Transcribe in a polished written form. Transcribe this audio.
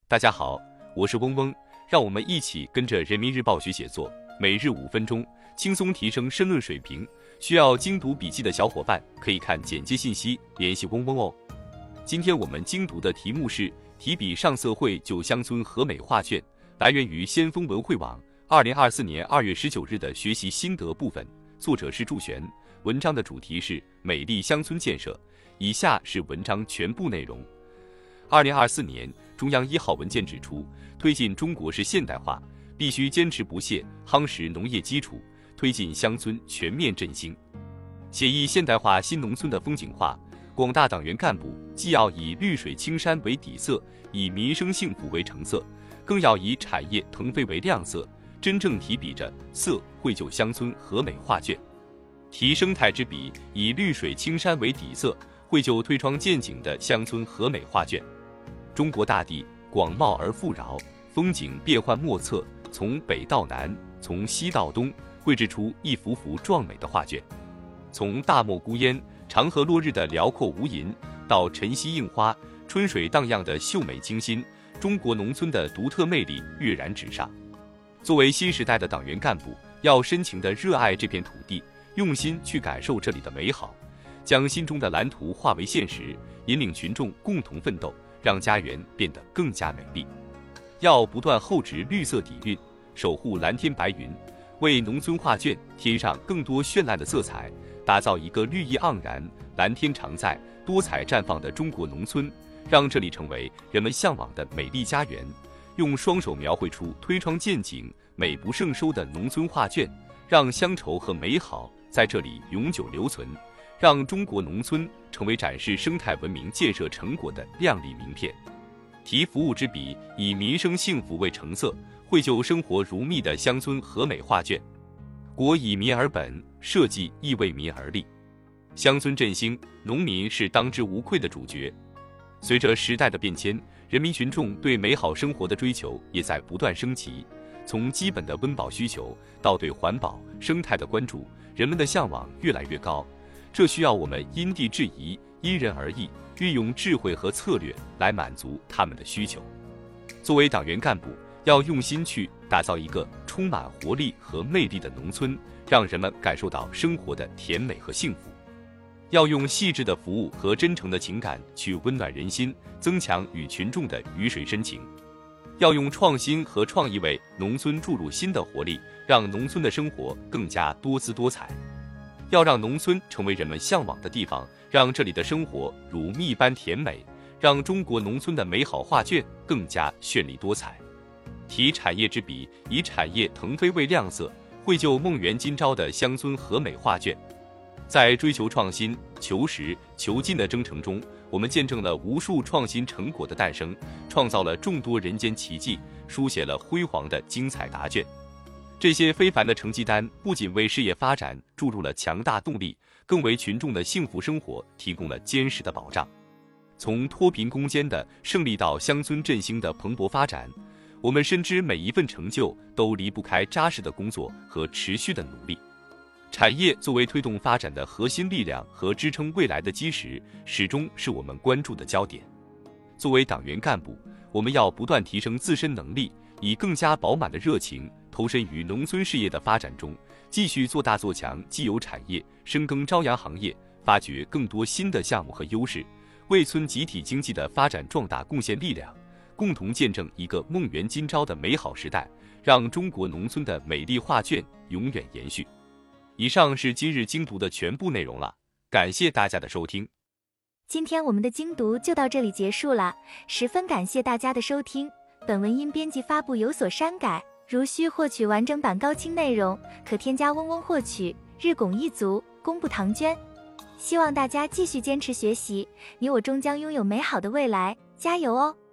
大家好，我是嗡嗡，让我们一起跟着人民日报学写作，每日5分钟，轻松提升申论水平。需要精读笔记的小伙伴可以看简介信息联系嗡嗡哦。今天我们精读的题目是提笔上色绘就乡村和美画卷，来源于先锋文汇网2024年2月19日的学习心得部分，作者是祝璇。文章的主题是美丽乡村建设，以下是文章全部内容。2024年，中央1号文件指出，推进中国式现代化，必须坚持不懈夯实农业基础，推进乡村全面振兴。写意现代化新农村的风景画，广大党员干部既要以绿水青山为底色，以民生幸福为成色，更要以产业腾飞为亮色，真正提笔着色绘就乡村和美画卷，提生态之笔，以绿水青山为底色，绘就推窗见景的乡村和美画卷。中国大地广袤而富饶，风景变幻莫测，从北到南，从西到东，绘制出一幅幅壮美的画卷。从大漠孤烟、长河落日的辽阔无垠，到晨曦映花、春水荡漾的秀美清新，中国农村的独特魅力跃然纸上。作为新时代的党员干部，要深情地热爱这片土地，用心去感受这里的美好，将心中的蓝图化为现实，引领群众共同奋斗，让家园变得更加美丽。要不断厚植绿色底蕴，守护蓝天白云，为农村画卷添上更多绚烂的色彩，打造一个绿意盎然、蓝天常在、多彩绽放的中国农村，让这里成为人们向往的美丽家园。用双手描绘出推窗见景、美不胜收的农村画卷，让乡愁和美好在这里永久留存，让中国农村成为展示生态文明建设成果的亮丽名片。提服务之笔，以民生幸福为成色，绘就生活如蜜的乡村和美画卷。国以民而本，社稷亦为民而立。乡村振兴，农民是当之无愧的主角。随着时代的变迁，人民群众对美好生活的追求也在不断升级。从基本的温饱需求到对环保、生态的关注，人们的向往越来越高。这需要我们因地制宜、因人而异，运用智慧和策略来满足他们的需求。作为党员干部，要用心去打造一个充满活力和魅力的农村，让人们感受到生活的甜美和幸福。要用细致的服务和真诚的情感去温暖人心，增强与群众的鱼水深情。要用创新和创意为农村注入新的活力，让农村的生活更加多姿多彩。要让农村成为人们向往的地方，让这里的生活如蜜般甜美，让中国农村的美好画卷更加绚丽多彩。提产业之笔，以产业腾飞为亮色，绘就梦圆今朝的乡村和美画卷。在追求创新、求实、求进的征程中，我们见证了无数创新成果的诞生，创造了众多人间奇迹，书写了辉煌的精彩答卷。这些非凡的成绩单不仅为事业发展注入了强大动力，更为群众的幸福生活提供了坚实的保障。从脱贫攻坚的胜利到乡村振兴的蓬勃发展，我们深知每一份成就都离不开扎实的工作和持续的努力。产业作为推动发展的核心力量和支撑未来的基石，始终是我们关注的焦点。作为党员干部，我们要不断提升自身能力，以更加饱满的热情投身于农村事业的发展中，继续做大做强既有产业，深耕朝阳行业，发掘更多新的项目和优势，为村集体经济的发展壮大贡献力量，共同见证一个梦圆今朝的美好时代，让中国农村的美丽画卷永远延续。以上是今日精读的全部内容了，感谢大家的收听。 今天我们的精读就到这里结束了，十分感谢大家的收听。本文因编辑发布有所删改，如需获取完整版高清内容，可添加嗡嗡获取。日拱一卒，功不唐捐。希望大家继续坚持学习，你我终将拥有美好的未来，加油哦！